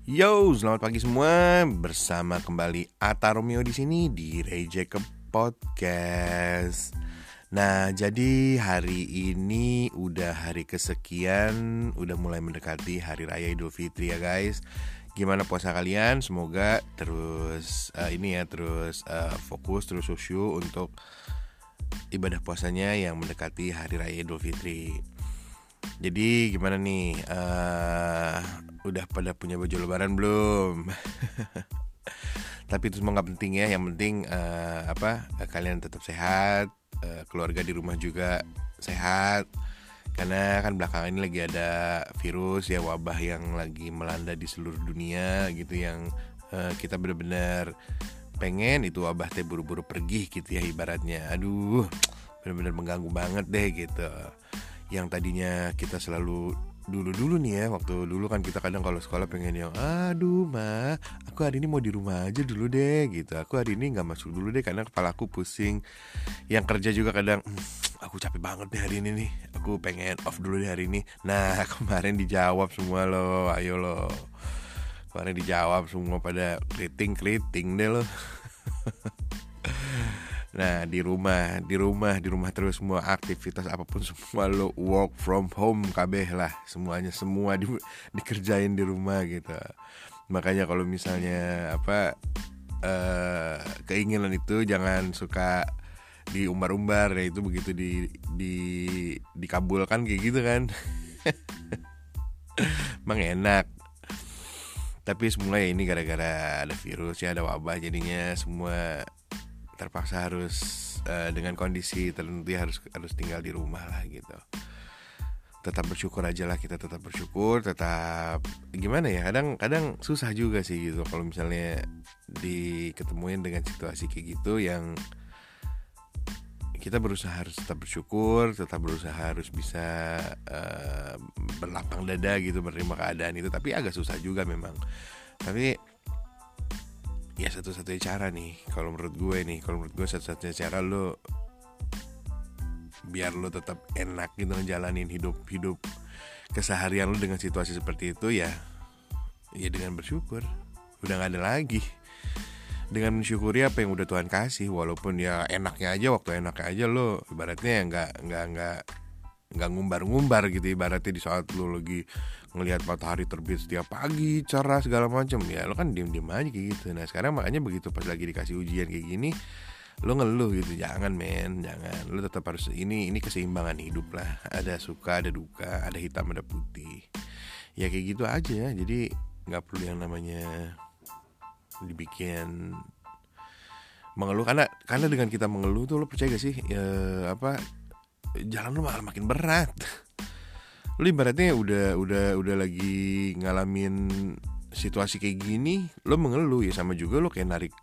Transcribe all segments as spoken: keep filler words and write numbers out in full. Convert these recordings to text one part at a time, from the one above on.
Yo, selamat pagi semua. Bersama kembali Ata Romeo di sini di Ray Jacob Podcast. Nah, jadi hari ini udah hari kesekian, udah mulai mendekati Hari Raya Idul Fitri ya guys. Gimana puasa kalian? Semoga terus uh, ini ya terus uh, fokus, terus khusyuk untuk ibadah puasanya yang mendekati Hari Raya Idul Fitri. Jadi gimana nih, uh, udah pada punya baju lebaran belum? Tapi itu semua gak penting ya. Yang penting uh, apa kalian tetap sehat, uh, keluarga di rumah juga sehat. Karena kan belakangan ini lagi ada virus ya, wabah yang lagi melanda di seluruh dunia gitu. Yang uh, kita benar-benar pengen itu wabah teh buru-buru pergi gitu ya ibaratnya. Aduh, benar-benar mengganggu banget deh gitu. Yang tadinya kita selalu dulu-dulu nih ya, waktu dulu kan kita kadang kalau sekolah pengen yang aduh ma, aku hari ini mau di rumah aja dulu deh gitu. Aku hari ini gak masuk dulu deh karena kepala aku pusing. Yang kerja juga kadang aku capek banget nih hari ini nih, aku pengen off dulu deh hari ini. Nah kemarin dijawab semua loh, ayo loh. Kemarin dijawab semua pada keriting-keriting deh loh. Nah di rumah, di rumah, di rumah terus semua aktivitas apapun semua lo work from home kabeh lah, semuanya semua di, dikerjain di rumah gitu. Makanya kalau misalnya apa uh, keinginan itu jangan suka diumbar-umbar ya, itu begitu di di dikabulkan kayak gitu kan. Emang enak. Tapi semua ya ini gara-gara ada virus ya, ada wabah, jadinya semua terpaksa harus uh, dengan kondisi tertentu harus harus tinggal di rumah lah gitu. Tetap bersyukur aja lah, kita tetap bersyukur, tetap gimana ya, kadang-kadang susah juga sih gitu kalau misalnya diketemuin dengan situasi kayak gitu yang kita berusaha harus tetap bersyukur, tetap berusaha harus bisa uh, berlapang dada gitu menerima keadaan itu, tapi agak susah juga memang. Tapi ya satu-satunya cara nih, kalau menurut gue nih, kalau menurut gue satu-satunya cara lo biar lo tetap enak gitu ngejalanin hidup-hidup keseharian lo dengan situasi seperti itu ya, ya dengan bersyukur. Udah gak ada lagi. Dengan mensyukuri apa yang udah Tuhan kasih, walaupun ya enaknya aja, waktu enaknya aja lo ibaratnya nggak nggak nggak nggak ngumbar-ngumbar gitu ibaratnya di saat lo lagi ngelihat matahari terbit setiap pagi cerah segala macam ya, lo kan diem-diem aja kayak gitu. Nah sekarang makanya begitu pas lagi dikasih ujian kayak gini lo ngeluh gitu, jangan men, jangan. Lo tetap harus, ini ini keseimbangan hidup lah, ada suka ada duka, ada hitam ada putih ya, kayak gitu aja. Jadi nggak perlu yang namanya dibikin mengeluh, karena karena dengan kita mengeluh tuh lo percaya gak sih ya, apa jalan lu malah makin berat. Lu ibaratnya udah udah udah lagi ngalamin situasi kayak gini, lu mengeluh ya sama juga lu kayak narik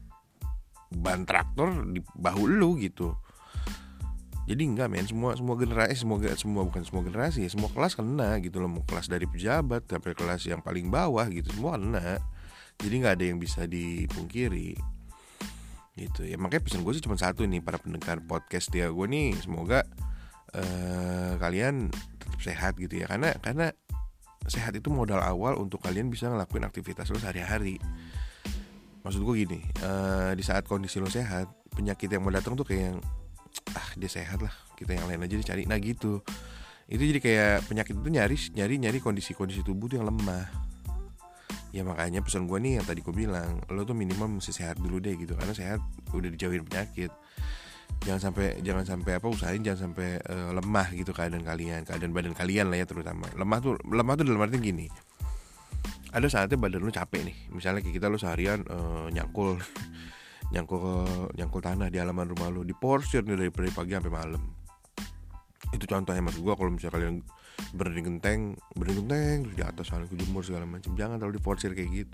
ban traktor di bahu lu gitu. Jadi enggak men, semua semua generasi, semua semua bukan semua generasi ya, semua kelas kena gitu loh, mau kelas dari pejabat sampai kelas yang paling bawah gitu, semua kena. Jadi nggak ada yang bisa dipungkiri gitu ya. Makanya pesan gue sih cuma satu nih, para pendengar podcast dia gue nih, semoga uh, kalian tetap sehat gitu ya, karena karena sehat itu modal awal untuk kalian bisa ngelakuin aktivitas lo sehari-hari. Maksud gue gini, uh, di saat kondisi lo sehat, penyakit yang mau datang tuh kayak yang ah dia sehat lah, kita yang lain aja dicari. Nah gitu, itu jadi kayak penyakit itu nyari nyari nyari kondisi-kondisi tubuh tuh yang lemah. Ya makanya pesan gue nih yang tadi gue bilang, lo tuh minimal mesti sehat dulu deh gitu, karena sehat udah dijauhin penyakit. Jangan sampai jangan sampai apa usahain jangan sampai uh, lemah gitu keadaan kalian, keadaan badan kalian lah ya terutama. Lemah tuh lemah tuh dalam arti gini. Ada saatnya badan lo capek nih, misalnya kayak kita lo seharian uh, nyangkul nyangkul nyangkul tanah di halaman rumah lo, diporsir nih dari, dari pagi sampai malam. Itu contohnya maksud gue, kalau misalnya kalian berdiri genteng, berdiri genteng terus di atas sana kejemur segala macam, jangan terlalu diforsir kayak gitu.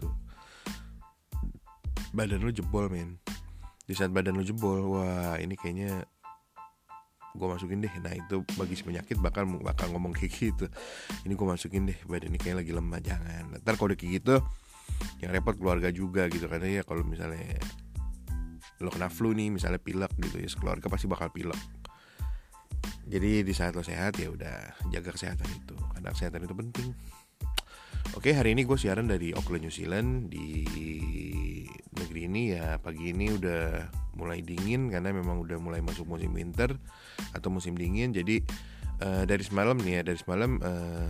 Badan lu jebol men. Di saat badan lu jebol, wah ini kayaknya gue masukin deh. Nah itu bagi si penyakit bakal bakal ngomong kayak gitu, ini gue masukin deh, badan ini kayak lagi lemah, jangan. Ntar kalau udah kayak gitu yang repot keluarga juga gitu, karena ya kalau misalnya lo kena flu nih, misalnya pilek gitu ya, keluarga pasti bakal pilek. Jadi di saat lo sehat ya udah jaga kesehatan itu, karena kesehatan itu penting. Oke, hari ini gue siaran dari Auckland, New Zealand. Di negeri ini ya pagi ini udah mulai dingin karena memang udah mulai masuk musim winter atau musim dingin. Jadi uh, dari semalam nih ya, dari semalam uh,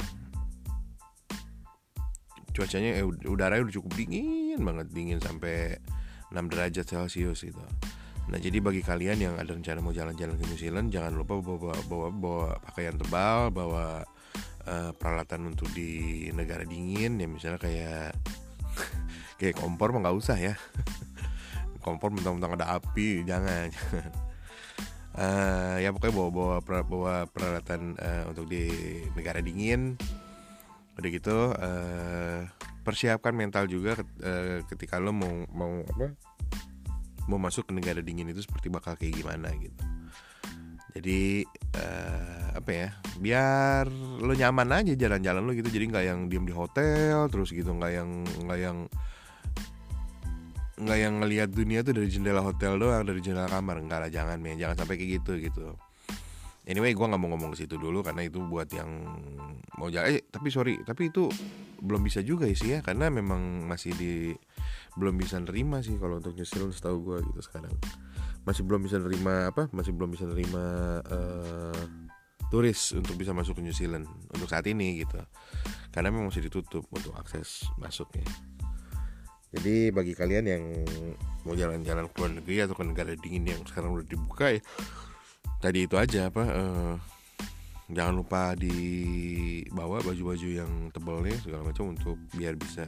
cuacanya eh, udaranya udah cukup dingin banget, dingin sampai enam derajat Celcius gitu. Nah, jadi bagi kalian yang ada rencana mau jalan-jalan ke New Zealand, jangan lupa bawa bawa, bawa pakaian tebal, bawa uh, peralatan untuk di negara dingin ya, misalnya kayak kayak kompor mah nggak usah ya. Kompor mentang-mentang ada api, jangan. uh, ya pokoknya bawa bawa bawa peralatan uh, untuk di negara dingin. Udah gitu uh, persiapkan mental juga uh, ketika lo mau mau apa mau masuk ke negara dingin itu seperti bakal kayak gimana gitu. Jadi uh, apa ya, biar lo nyaman aja jalan-jalan lo gitu. Jadi nggak yang diem di hotel terus gitu, nggak yang nggak yang nggak yang ngelihat dunia tuh dari jendela hotel doang, dari jendela kamar. Enggak lah, jangan men, jangan sampai kayak gitu gitu. Anyway, gue nggak mau ngomong ke situ dulu karena itu buat yang mau jalan. Eh, tapi sorry, tapi itu belum bisa juga sih ya, karena memang masih di belum bisa nerima sih kalau untuk New Zealand setahu gue gitu sekarang. Masih belum bisa nerima apa? Masih belum bisa nerima uh, turis untuk bisa masuk ke New Zealand untuk saat ini gitu. Karena memang masih ditutup untuk akses masuknya. Jadi bagi kalian yang mau jalan-jalan ke luar negeri atau ke negara dingin yang sekarang udah dibuka ya, tadi itu aja apa uh, jangan lupa dibawa baju-baju yang tebalnya segala macam untuk biar bisa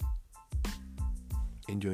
enjoy.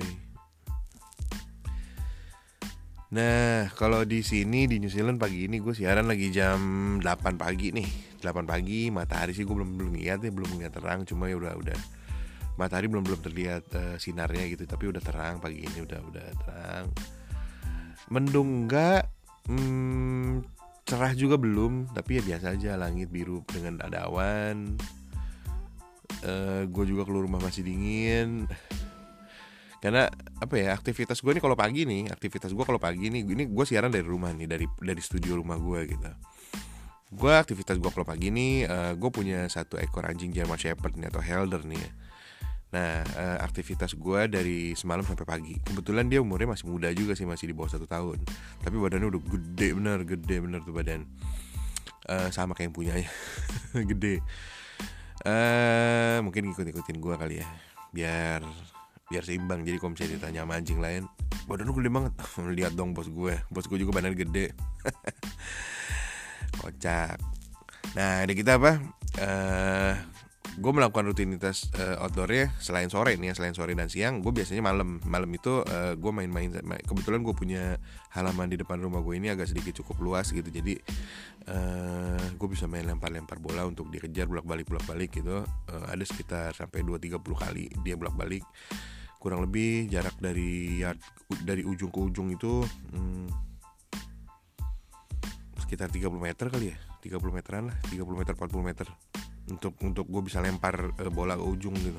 Nah, kalau di sini di New Zealand pagi ini gue siaran lagi jam delapan pagi nih. delapan pagi, matahari sih gue belum belum lihat ya, belum lihat terang, cuma ya udah udah matahari belum belum terlihat uh, sinarnya gitu, tapi udah terang pagi ini, udah udah terang. Mendung enggak, Hmm, cerah juga belum, tapi ya biasa aja, langit biru dengan ada awan. uh, Gue juga keluar rumah masih dingin. Karena apa ya, aktivitas gue nih kalau pagi nih, aktivitas gue kalau pagi nih, ini gue siaran dari rumah nih, dari dari studio rumah gue gitu. Gue aktivitas gue kalau pagi nih, uh, gue punya satu ekor anjing German Shepherd nih atau Helder nih ya. Nah, uh, aktivitas gue dari semalam sampai pagi. Kebetulan dia umurnya masih muda juga sih, masih di bawah satu tahun. Tapi badannya udah gede bener, gede bener tuh badan. Uh, sama kayak yang punyanya, gede. Uh, mungkin ikut-ikutin gue kali ya, biar biar seimbang. Jadi kalau misalnya ditanya sama anjing lain, badan lu gede banget. Lihat dong bos gue, bos gue juga badan gede. Kocak. Nah, ada kita apa? Uh, gue melakukan rutinitas uh, outdoornya selain sore nih ya, selain sore dan siang, gue biasanya malam. Malam itu uh, gue main-main. Kebetulan gue punya halaman di depan rumah gue ini agak sedikit cukup luas gitu. Jadi uh, gue bisa main lempar-lempar bola untuk dikejar bolak-balik bolak-balik gitu. Uh, ada sekitar sampai dua sampai tiga puluh kali dia bolak-balik. Kurang lebih jarak dari yard, dari ujung ke ujung itu hmm, sekitar tiga puluh meter kali ya, tiga puluh meteran lah, tiga puluh meter empat puluh meter. Untuk untuk gue bisa lempar uh, bola ke ujung gitu.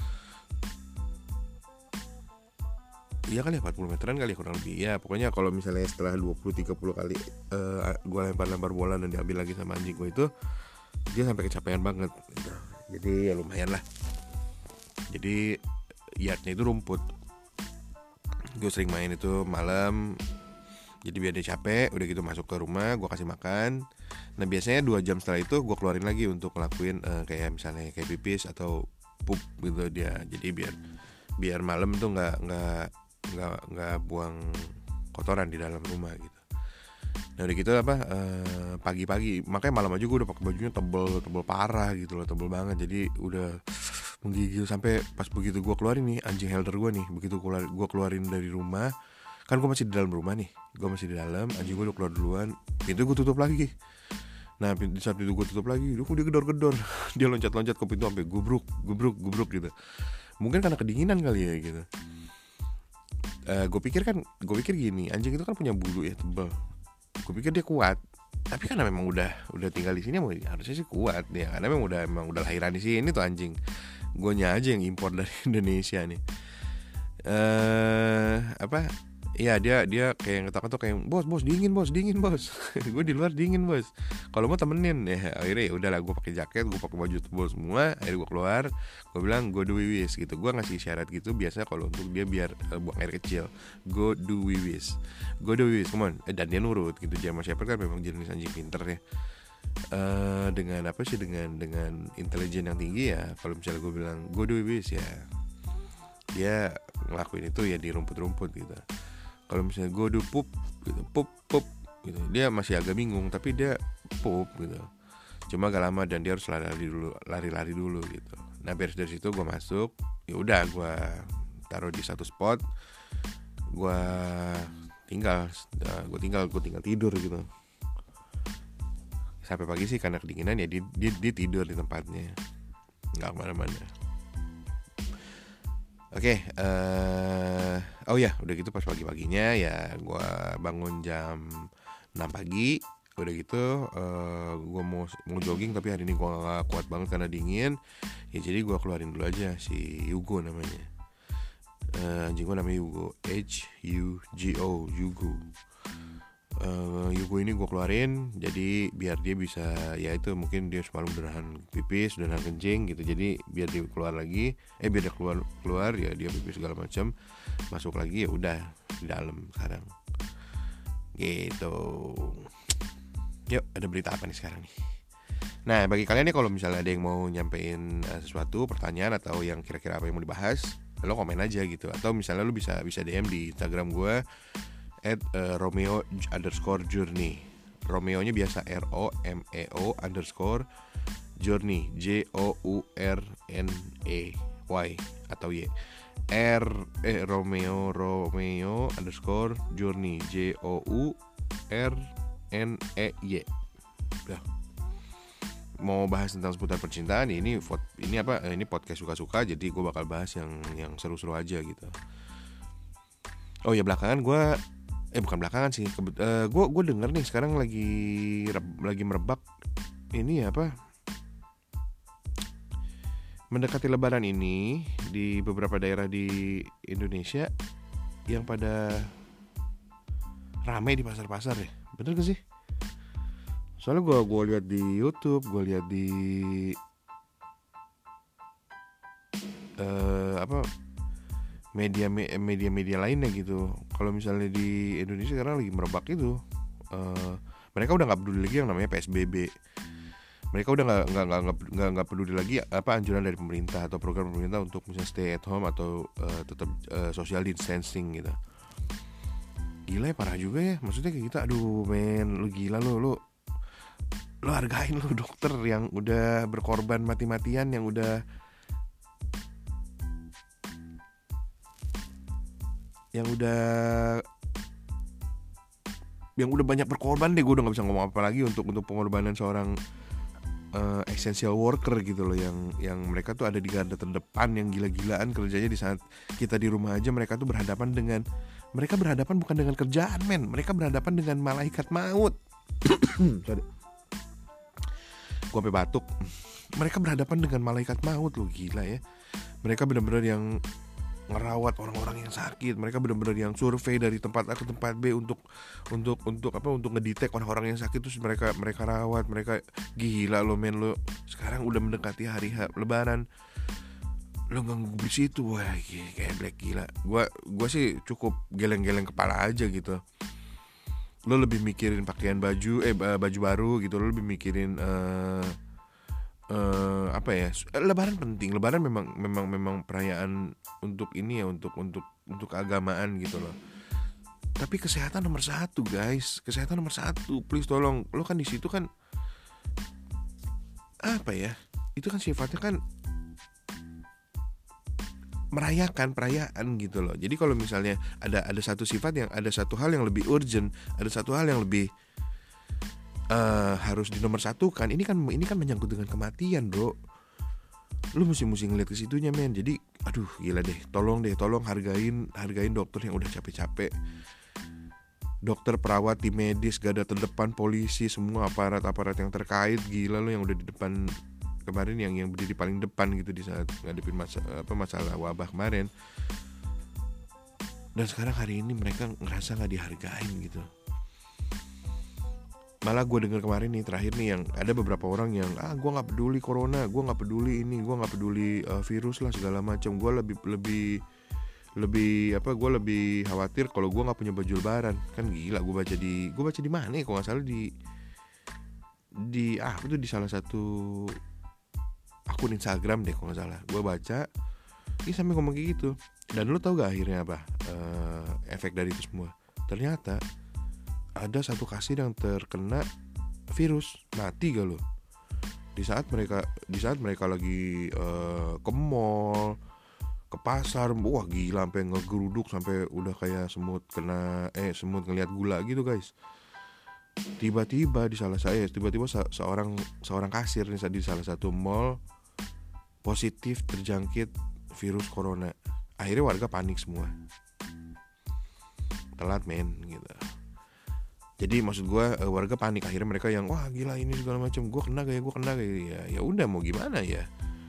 Iya kali ya, empat puluh meteran kali ya kurang lebih. Ya pokoknya kalau misalnya setelah dua puluh sampai tiga puluh kali uh, gue lempar-lempar bola dan diambil lagi sama anjing gue itu, dia sampai kecapean banget gitu. Jadi ya lumayan lah. Jadi yardnya itu rumput. Gue sering main itu malam. Jadi biar dia capek, udah gitu masuk ke rumah, gue kasih makan. Nah biasanya dua jam setelah itu gue keluarin lagi untuk ngelakuin uh, kayak misalnya kayak pipis atau pup gitu dia. Jadi biar biar malam tuh nggak nggak nggak nggak buang kotoran di dalam rumah gitu. Nah udah gitu apa uh, pagi-pagi, makanya malam aja gue udah pakai bajunya tebel tebel parah gitu loh, tebel banget. Jadi udah menggigil sampai pas begitu gue keluarin nih anjing Helder gue nih, begitu keluar gue keluarin dari rumah. Kan gue masih di dalam rumah nih, gue masih di dalam, anjing gue udah keluar duluan, pintu gue tutup lagi. Nah di saat pintu gue tutup lagi, dia gedor-gedor, dia loncat-loncat ke pintu sampai gubruk, gubruk, gubruk gitu. Mungkin karena kedinginan kali ya gitu. Uh, gue pikir kan, gue pikir gini, anjing itu kan punya bulu ya tebal. Gue pikir dia kuat, tapi karena memang udah udah tinggal di sini, harusnya sih kuat ya, karena memang udah memang udah lahiran di sini tuh anjing. Guanya aja yang impor dari Indonesia nih. Eh uh, apa? Iya dia dia kayak ngetakan tuh kayak bos bos dingin bos dingin bos. Gue di luar dingin bos. Kalau mau temenin ya akhirnya ya udahlah, gue pakai jaket, gue pakai baju tebal semua. Akhirnya gue keluar, gue bilang go do wiwis gitu. Gue ngasih syarat gitu biasa kalau untuk dia biar uh, buang air kecil. Go do wiwis, go do wiwis, come on. Eh, dan dia nurut gitu. German Shepherd kan memang jenis anjing pinter ya. Uh, dengan apa sih dengan dengan intelijen yang tinggi ya. Kalau misalnya gue bilang go do wiwis ya, dia ngelakuin itu ya di rumput-rumput gitu. Kalau misalnya go do pup gitu, pup pup gitu, dia masih agak bingung tapi dia pup gitu. Cuma agak lama dan dia harus lari-lari dulu, lari-lari dulu gitu. Nah beres dari situ gue masuk, ya udah gue taruh di satu spot, gue tinggal, gue tinggal, gue tinggal tidur gitu. Sampai pagi sih karena kedinginan ya dia, dia, dia tidur di tempatnya, nggak kemana-mana. Oke, okay, uh, oh ya udah gitu pas pagi-paginya ya gue bangun jam enam pagi. Udah gitu uh, gue mau mau jogging tapi hari ini gue gak kuat banget karena dingin. Ya jadi gue keluarin dulu aja si Yugo namanya. uh, Anjing gue namanya Yugo, H U G O, Yugo. Uh, Yugo ini gue keluarin jadi biar dia bisa, ya itu mungkin dia semalam udah nahan pipis, udah nahan kencing gitu, jadi biar dia keluar lagi, eh biar dia keluar keluar ya dia pipis segala macam, masuk lagi ya udah di dalam sekarang gitu. Yuk ada berita apa nih sekarang nih? Nah bagi kalian nih kalau misalnya ada yang mau nyampein uh, sesuatu pertanyaan atau yang kira-kira apa yang mau dibahas, lo komen aja gitu, atau misalnya lo bisa bisa D M di Instagram gue at uh, Romeo underscore journey. Romeo nya biasa R O M E O underscore journey, J O U R N E Y atau Y. R eh Romeo Romeo underscore journey, J O U R N E Y. Udah. Mau bahas tentang seputar percintaan ini ini apa ini podcast suka-suka, jadi gue bakal bahas yang yang seru-seru aja gitu. Oh ya belakangan gue Eh bukan belakangan sih, Kebet- uh, gue gue denger nih sekarang lagi lagi merebak ini apa? Mendekati Lebaran ini di beberapa daerah di Indonesia yang pada ramai di pasar-pasar ya, bener gak sih? Soalnya gue gue lihat di YouTube, gue lihat di uh, apa? media media media lainnya gitu. Kalau misalnya di Indonesia sekarang lagi merebak itu, uh, mereka udah nggak peduli lagi yang namanya P S B B. Mereka udah nggak nggak nggak nggak nggak peduli lagi apa anjuran dari pemerintah atau program pemerintah untuk misalnya stay at home atau uh, tetap uh, social distancing gitu. Gila ya, parah juga ya. Maksudnya kayak gitu, aduh men, lu gila lu lu lu hargain lu dokter yang udah berkorban mati-matian, yang udah yang udah yang udah banyak berkorban deh. Gue udah nggak bisa ngomong apa lagi untuk untuk pengorbanan seorang uh, essential worker gitu loh, yang yang mereka tuh ada di garda terdepan, yang gila-gilaan kerjanya di saat kita di rumah aja. Mereka tuh berhadapan dengan mereka berhadapan bukan dengan kerjaan men, mereka berhadapan dengan malaikat maut. Sorry, gue sampai batuk. Mereka berhadapan dengan malaikat maut loh, gila ya. Mereka benar-benar yang ngerawat orang-orang yang sakit. Mereka benar-benar yang survei dari tempat A ke tempat B untuk untuk untuk apa untuk ngedetect orang-orang yang sakit, terus mereka mereka rawat. Mereka gila lo men, lo sekarang udah mendekati hari H Lebaran, lo nggak situ, wah kayak black gila. Gua gua sih cukup geleng-geleng kepala aja gitu. Lo lebih mikirin pakaian baju eh baju baru gitu, lo lebih mikirin uh, Uh, apa ya, Lebaran penting. Lebaran memang memang memang perayaan untuk ini ya, untuk untuk untuk keagamaan gitu loh. Tapi kesehatan nomor satu guys, kesehatan nomor satu. Please tolong, lo kan di situ kan apa ya? Itu kan sifatnya kan merayakan perayaan gitu loh. Jadi kalau misalnya ada ada satu sifat yang ada satu hal yang lebih urgent, ada satu hal yang lebih Uh, harus dinomorsatukan, ini kan ini kan menyangkut dengan kematian bro. Lu mesti-mesti ngeliat ke situnya men. Jadi aduh gila deh, tolong deh, tolong hargain hargain dokter yang udah capek-capek. Dokter, perawat, tim medis, garda terdepan, polisi, semua aparat-aparat yang terkait. Gila lu yang udah di depan kemarin, yang yang berdiri paling depan gitu di saat ngadepin masa, apa, masalah wabah kemarin. Dan sekarang hari ini mereka ngerasa gak dihargain gitu. Malah gue dengar kemarin nih terakhir nih yang ada beberapa orang yang ah gue nggak peduli corona, gue nggak peduli ini, gue nggak peduli uh, virus lah segala macam. Gue lebih lebih lebih apa? Gue lebih khawatir kalau gue nggak punya baju lebaran. Kan gila, gue baca di gue baca di mana? Ya, kalau nggak salah di di ah itu di salah satu akun Instagram deh kalau nggak salah. Gue baca, ini sampai ngomong kayak gitu. Dan lo tau gak akhirnya apa? Uh, efek dari itu semua. Ternyata ada satu kasir yang terkena virus, mati gak lo? Di saat mereka di saat mereka lagi uh, ke mall, ke pasar, wah gila sampai ngegeruduk sampai udah kayak semut kena eh semut ngelihat gula gitu guys. Tiba-tiba di salah saya tiba-tiba se- seorang seorang kasir nih di salah satu mall positif terjangkit virus corona. Akhirnya warga panik semua. Telat men gitu. Jadi maksud gue warga panik, akhirnya mereka yang wah gila ini segala macam, gue kena kayak gue kena kayak ya ya udah mau gimana ya.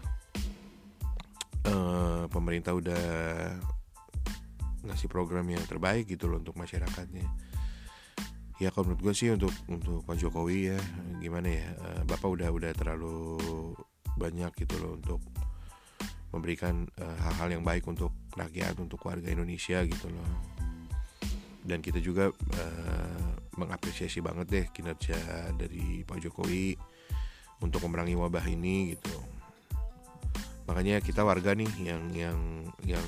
Uh, pemerintah udah ngasih program yang terbaik gitu loh untuk masyarakatnya. Ya kalau menurut gue sih untuk untuk Pak Jokowi ya gimana ya, uh, Bapak udah udah terlalu banyak gitu loh untuk memberikan uh, hal-hal yang baik untuk rakyat, untuk warga Indonesia gitu loh. Dan kita juga uh, mengapresiasi banget deh kinerja dari Pak Jokowi untuk memerangi wabah ini gitu. Makanya kita warga nih yang yang yang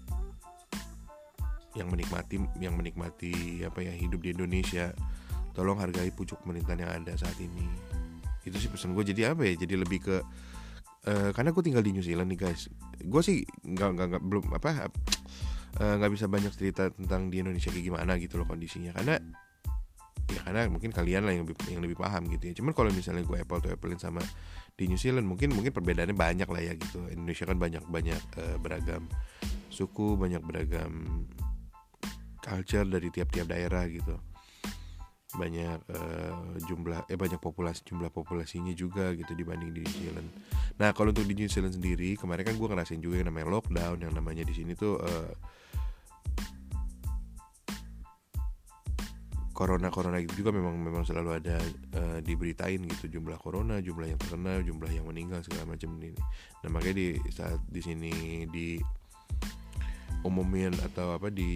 yang menikmati yang menikmati apa ya hidup di Indonesia, tolong hargai pucuk pemerintahan yang ada saat ini. Itu sih pesan gue. Jadi apa ya? Jadi lebih ke uh, karena gue tinggal di New Zealand nih guys. Gue sih nggak nggak nggak belum apa nggak uh, bisa banyak cerita tentang di Indonesia kayak gimana gitu loh kondisinya, karena ya karena mungkin kalian lah yang lebih yang lebih paham gitu ya. Cuman kalau misalnya gue apple to applein sama di New Zealand, mungkin mungkin perbedaannya banyak lah ya gitu. Indonesia kan banyak banyak uh, beragam suku, banyak beragam culture dari tiap-tiap daerah gitu. Banyak uh, jumlah eh banyak populasi jumlah populasinya juga gitu dibanding di New Zealand. Nah kalau untuk di New Zealand sendiri, kemarin kan gue ngerasain juga yang namanya lockdown, yang namanya di sini tuh uh, corona-corona itu juga memang memang selalu ada uh, diberitain gitu jumlah corona, jumlah yang terkena, jumlah yang meninggal segala macam ini. Nah makanya di saat di sini di umumin atau apa di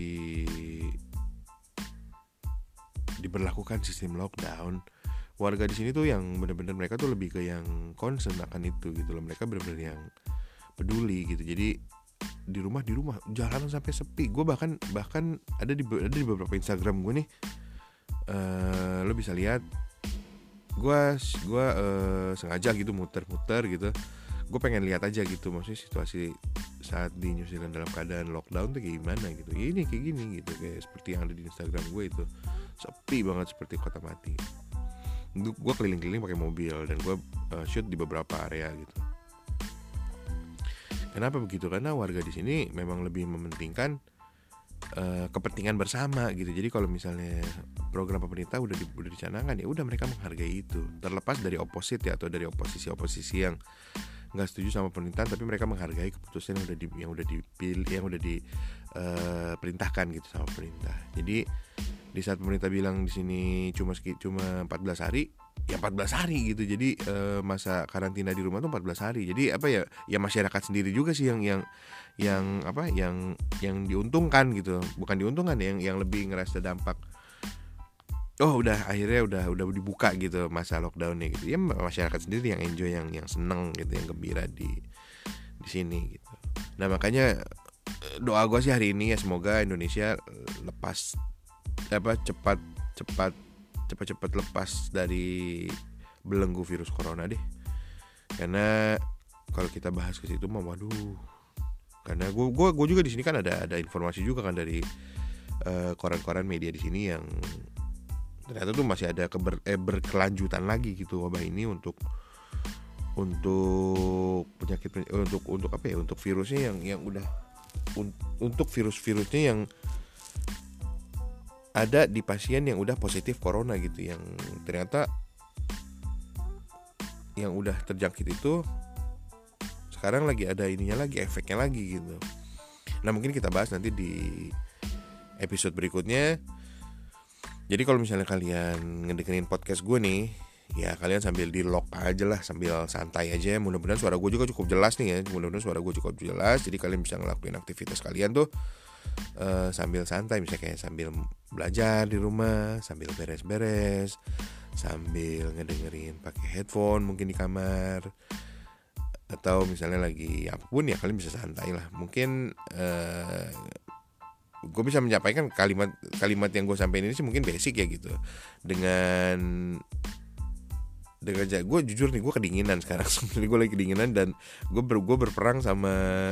diberlakukan sistem lockdown, warga di sini tuh yang benar-benar mereka tuh lebih ke yang concern akan itu gitu loh. Mereka benar-benar yang peduli gitu. Jadi di rumah di rumah jalanan sampai sepi. Gue bahkan bahkan ada di ada di beberapa Instagram gue nih. Uh, lo bisa lihat gue gue uh, sengaja gitu muter-muter gitu, gue pengen lihat aja gitu maksudnya situasi saat di New Zealand dalam keadaan lockdown tuh kayak gimana gitu. Ya ini kayak gini gitu, kayak seperti yang ada di Instagram gue itu sepi banget seperti kota mati. Gue keliling-keliling pakai mobil dan gue uh, shoot di beberapa area gitu. Kenapa begitu? Karena warga di sini memang lebih mementingkan Uh, kepentingan bersama gitu. Jadi kalau misalnya program pemerintah udah di, udah dicanangkan, ya udah mereka menghargai itu. Terlepas dari oposit ya atau dari oposisi-oposisi yang nggak setuju sama pemerintahan, tapi mereka menghargai keputusan yang udah di, yang udah dipilih, yang udah diperintahkan uh, gitu sama pemerintah. Jadi di saat pemerintah bilang di sini cuma cuma empat belas hari, ya empat belas hari gitu. Jadi uh, masa karantina di rumah tuh empat belas hari. Jadi apa ya? Ya masyarakat sendiri juga sih yang yang yang apa? Yang yang diuntungkan gitu. Bukan diuntungkan, yang yang lebih ngerasa dampak. Oh udah akhirnya udah udah dibuka gitu masa lockdownnya gitu. Ya masyarakat sendiri yang enjoy, yang yang seneng gitu, yang gembira di di sini gitu. Nah makanya doa gue sih hari ini ya semoga Indonesia lepas apa cepat cepat cepat-cepat lepas dari belenggu virus corona deh. Karena kalau kita bahas ke situ mah waduh. Karena gue gue gue juga di sini kan ada ada informasi juga kan dari uh, koran-koran media di sini yang ternyata tuh masih ada keber, eh, berkelanjutan lagi gitu wabah ini untuk untuk penyakit untuk untuk apa ya untuk virusnya yang yang udah un, untuk virus-virusnya yang ada di pasien yang udah positif corona gitu, yang ternyata yang udah terjangkit itu sekarang lagi ada ininya lagi, efeknya lagi gitu. Nah mungkin kita bahas nanti di episode berikutnya Jadi kalau misalnya kalian ngedengerin podcast gue nih, ya kalian sambil di lock aja lah, sambil santai aja. Mudah-mudahan suara gue juga cukup jelas nih ya. Mudah-mudahan suara gue cukup jelas. Jadi kalian bisa ngelakuin aktivitas kalian tuh uh, sambil santai, misalnya kayak sambil belajar di rumah, sambil beres-beres, sambil ngedengerin pakai headphone mungkin di kamar, atau misalnya lagi apapun ya kalian bisa santai lah. Mungkin uh, gue bisa menyampaikan kalimat-kalimat yang gue sampaikan ini sih mungkin basic ya gitu. Dengan dengan gue jujur nih gue kedinginan sekarang. Sebenarnya gue lagi kedinginan dan gue ber, gue berperang sama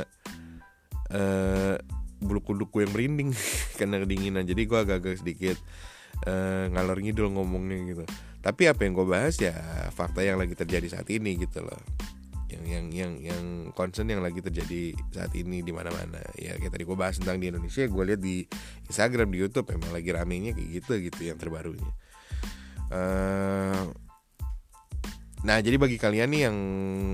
uh, bulu kuduk gue yang merinding karena kedinginan. Jadi gue agak-agak sedikit uh, ngalor ngidul ngomongnya gitu. Tapi apa yang gue bahas ya fakta yang lagi terjadi saat ini gitu loh. yang yang yang yang concern yang lagi terjadi saat ini di mana-mana. Ya kayak tadi gue bahas tentang di Indonesia, gue lihat di Instagram, di YouTube emang lagi ramenya kayak gitu gitu yang terbarunya. Uh, nah jadi bagi kalian nih yang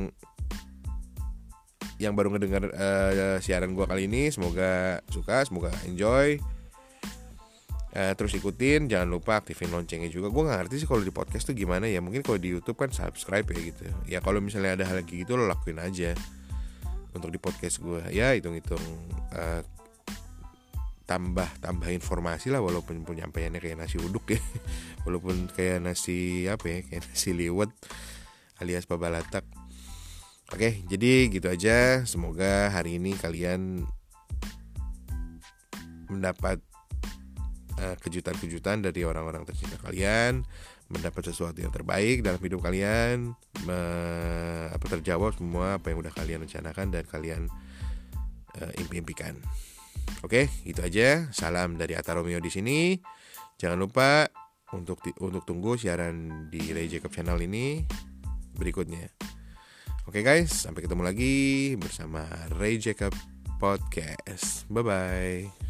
yang baru ngedengar uh, siaran gue kali ini, semoga suka, semoga enjoy. Uh, terus ikutin, jangan lupa aktifin loncengnya juga. Gue gak ngerti sih kalau di podcast tuh gimana ya. Mungkin kalau di YouTube kan subscribe ya gitu. Ya kalau misalnya ada hal kayak gitu lo lakuin aja. Untuk di podcast gue ya hitung-hitung uh, tambah tambah informasi lah, walaupun penyampaiannya kayak nasi uduk ya. Walaupun kayak nasi apa ya, kayak nasi liwet alias babalatak. Oke, jadi gitu aja. Semoga hari ini kalian mendapat kejutan-kejutan dari orang-orang tercinta kalian, mendapat sesuatu yang terbaik dalam hidup kalian, me, apa terjawab semua apa yang udah kalian rencanakan dan kalian uh, impi-impikan. Oke, itu aja. Salam dari Atta Romeo di sini. Jangan lupa untuk untuk tunggu siaran di Ray Jacob Channel ini berikutnya. Oke guys, sampai ketemu lagi bersama Ray Jacob Podcast. Bye bye.